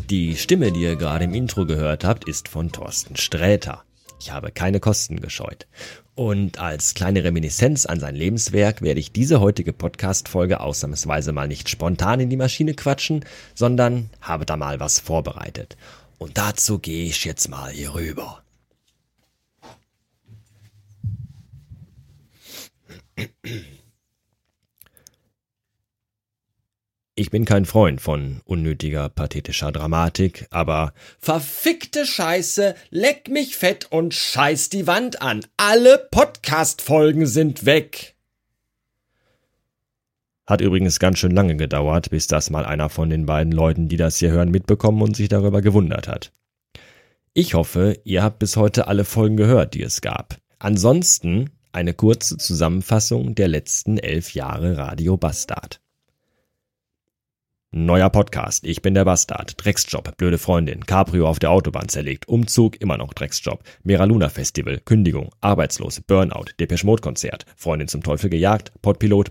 Die Stimme, die ihr gerade im Intro gehört habt, ist von Thorsten Sträter. Ich habe keine Kosten gescheut. Und als kleine Reminiszenz an sein Lebenswerk werde ich diese heutige Podcast-Folge ausnahmsweise mal nicht spontan in die Maschine quatschen, sondern habe da mal was vorbereitet. Und dazu gehe ich jetzt mal hier rüber. Ich bin kein Freund von unnötiger, pathetischer Dramatik, aber verfickte Scheiße, leck mich fett und scheiß die Wand an. Alle Podcast-Folgen sind weg. Hat übrigens ganz schön lange gedauert, bis das mal einer von den beiden Leuten, die das hier hören, mitbekommen und sich darüber gewundert hat. Ich hoffe, ihr habt bis heute alle Folgen gehört, die es gab. Ansonsten eine kurze Zusammenfassung der letzten 11 Jahre Radio Bastard. Neuer Podcast, ich bin der Bastard, Drecksjob, blöde Freundin, Cabrio auf der Autobahn zerlegt, Umzug, immer noch Drecksjob, Mera Luna Festival, Kündigung, arbeitslos, Burnout, Depeche Mode Konzert, Freundin zum Teufel gejagt, Podpilot,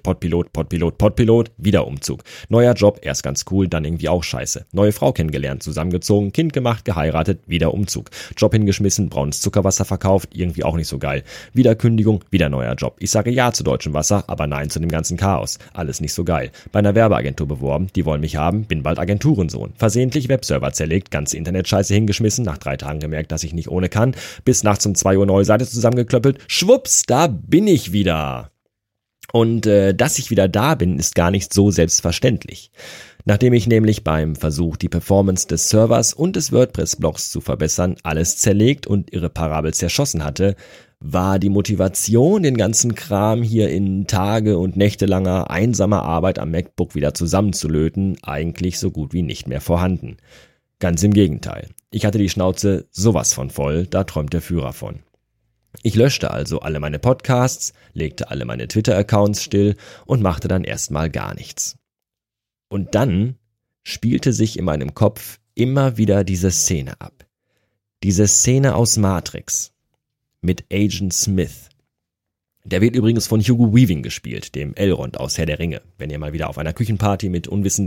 wieder Umzug, neuer Job, erst ganz cool, dann irgendwie auch scheiße, neue Frau kennengelernt, zusammengezogen, Kind gemacht, geheiratet, wieder Umzug, Job hingeschmissen, braunes Zuckerwasser verkauft, irgendwie auch nicht so geil, wieder Kündigung, wieder neuer Job, ich sage ja zu deutschem Wasser, aber nein zu dem ganzen Chaos, alles nicht so geil, bei einer Werbeagentur beworben, die wollen mich haben, bin bald Agenturensohn. Versehentlich Webserver zerlegt, ganze Internetscheiße hingeschmissen, nach 3 Tagen gemerkt, dass ich nicht ohne kann, bis nachts um 2 Uhr neue Seite zusammengeklöppelt, schwupps, da bin ich wieder. Und dass ich wieder da bin, ist gar nicht so selbstverständlich. Nachdem ich nämlich beim Versuch, die Performance des Servers und des WordPress-Blogs zu verbessern, alles zerlegt und irreparabel zerschossen hatte, war die Motivation, den ganzen Kram hier in Tage- und nächtelanger einsamer Arbeit am MacBook wieder zusammenzulöten, eigentlich so gut wie nicht mehr vorhanden. Ganz im Gegenteil. Ich hatte die Schnauze sowas von voll, da träumt der Führer von. Ich löschte also alle meine Podcasts, legte alle meine Twitter-Accounts still und machte dann erstmal gar nichts. Und dann spielte sich in meinem Kopf immer wieder diese Szene ab. Diese Szene aus Matrix. Mit Agent Smith. Der wird übrigens von Hugo Weaving gespielt, dem Elrond aus Herr der Ringe. Wenn ihr mal wieder auf einer Küchenparty mit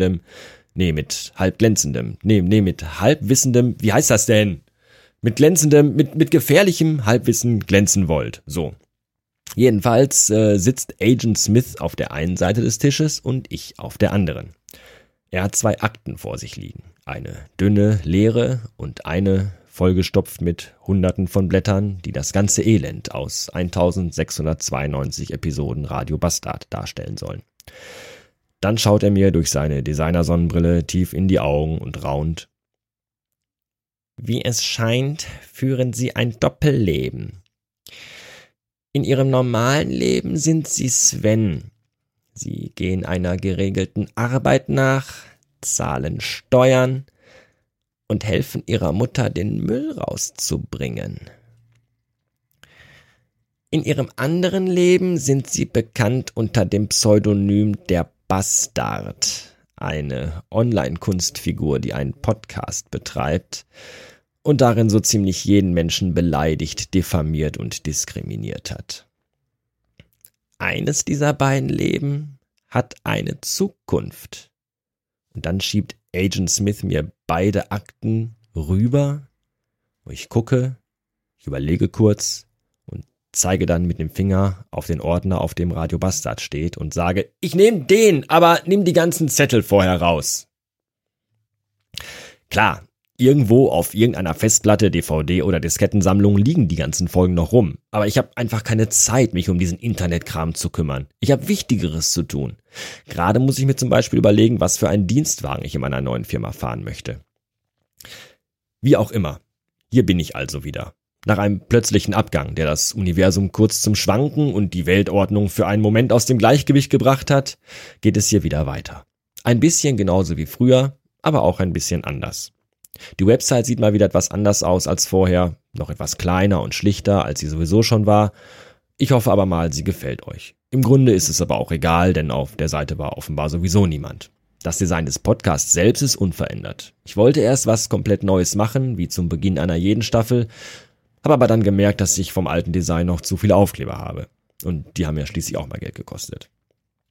mit halbglänzendem, mit halbwissendem, wie heißt das denn? Mit glänzendem, mit gefährlichem Halbwissen glänzen wollt. So. Jedenfalls sitzt Agent Smith auf der einen Seite des Tisches und ich auf der anderen. Er hat 2 Akten vor sich liegen. Eine dünne, leere und eine vollgestopft mit Hunderten von Blättern, die das ganze Elend aus 1692 Episoden Radio Bastard darstellen sollen. Dann schaut er mir durch seine Designer-Sonnenbrille tief in die Augen und raunt. Wie es scheint, führen Sie ein Doppelleben. In Ihrem normalen Leben sind Sie Sven. Sie gehen einer geregelten Arbeit nach, zahlen Steuern und helfen ihrer Mutter, den Müll rauszubringen. In ihrem anderen Leben sind sie bekannt unter dem Pseudonym der Bastard, eine Online-Kunstfigur, die einen Podcast betreibt und darin so ziemlich jeden Menschen beleidigt, diffamiert und diskriminiert hat. Eines dieser beiden Leben hat eine Zukunft. Und dann schiebt Agent Smith mir beide Akten rüber, wo ich gucke, ich überlege kurz und zeige dann mit dem Finger auf den Ordner, auf dem Radio Bastard steht und sage, ich nehme den, aber nimm die ganzen Zettel vorher raus. Klar, irgendwo auf irgendeiner Festplatte, DVD oder Diskettensammlung liegen die ganzen Folgen noch rum. Aber ich habe einfach keine Zeit, mich um diesen Internetkram zu kümmern. Ich habe Wichtigeres zu tun. Gerade muss ich mir zum Beispiel überlegen, was für einen Dienstwagen ich in meiner neuen Firma fahren möchte. Wie auch immer. Hier bin ich also wieder. Nach einem plötzlichen Abgang, der das Universum kurz zum Schwanken und die Weltordnung für einen Moment aus dem Gleichgewicht gebracht hat, geht es hier wieder weiter. Ein bisschen genauso wie früher, aber auch ein bisschen anders. Die Website sieht mal wieder etwas anders aus als vorher, noch etwas kleiner und schlichter, als sie sowieso schon war. Ich hoffe aber mal, sie gefällt euch. Im Grunde ist es aber auch egal, denn auf der Seite war offenbar sowieso niemand. Das Design des Podcasts selbst ist unverändert. Ich wollte erst was komplett Neues machen, wie zum Beginn einer jeden Staffel, habe aber dann gemerkt, dass ich vom alten Design noch zu viele Aufkleber habe. Und die haben ja schließlich auch mal Geld gekostet.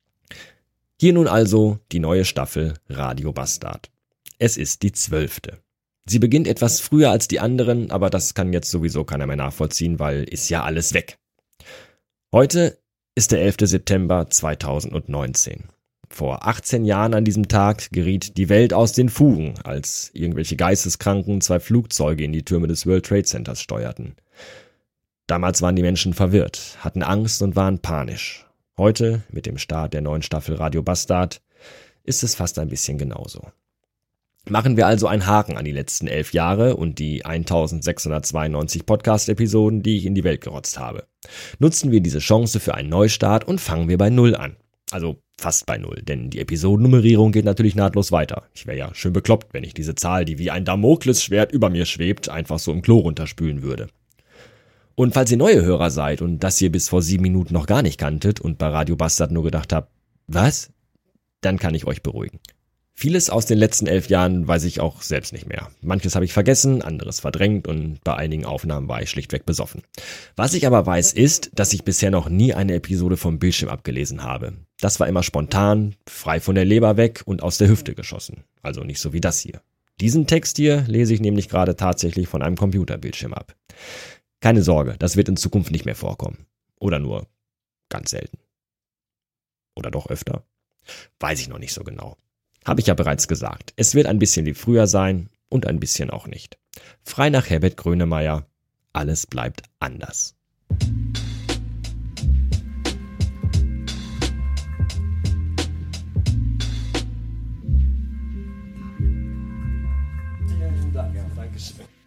Hier nun also die neue Staffel Radio Bastard. Es ist die 12. Sie beginnt etwas früher als die anderen, aber das kann jetzt sowieso keiner mehr nachvollziehen, weil ist ja alles weg. Heute ist der 11. September 2019. Vor 18 Jahren an diesem Tag geriet die Welt aus den Fugen, als irgendwelche Geisteskranken 2 Flugzeuge in die Türme des World Trade Centers steuerten. Damals waren die Menschen verwirrt, hatten Angst und waren panisch. Heute, mit dem Start der neuen Staffel Radio Bastard, ist es fast ein bisschen genauso. Machen wir also einen Haken an die letzten 11 Jahre und die 1692 Podcast-Episoden, die ich in die Welt gerotzt habe. Nutzen wir diese Chance für einen Neustart und fangen wir bei Null an. Also fast bei Null, denn die Episodennummerierung geht natürlich nahtlos weiter. Ich wäre ja schön bekloppt, wenn ich diese Zahl, die wie ein Damoklesschwert über mir schwebt, einfach so im Klo runterspülen würde. Und falls ihr neue Hörer seid und das hier bis vor 7 Minuten noch gar nicht kanntet und bei Radio Bastard nur gedacht habt, was? Dann kann ich euch beruhigen. Vieles aus den letzten 11 Jahren weiß ich auch selbst nicht mehr. Manches habe ich vergessen, anderes verdrängt und bei einigen Aufnahmen war ich schlichtweg besoffen. Was ich aber weiß ist, dass ich bisher noch nie eine Episode vom Bildschirm abgelesen habe. Das war immer spontan, frei von der Leber weg und aus der Hüfte geschossen. Also nicht so wie das hier. Diesen Text hier lese ich nämlich gerade tatsächlich von einem Computerbildschirm ab. Keine Sorge, das wird in Zukunft nicht mehr vorkommen. Oder nur ganz selten. Oder doch öfter? Weiß ich noch nicht so genau. Habe ich ja bereits gesagt. Es wird ein bisschen wie früher sein und ein bisschen auch nicht. Frei nach Herbert Grönemeyer. Alles bleibt anders. Vielen Dank. Ja, danke schön.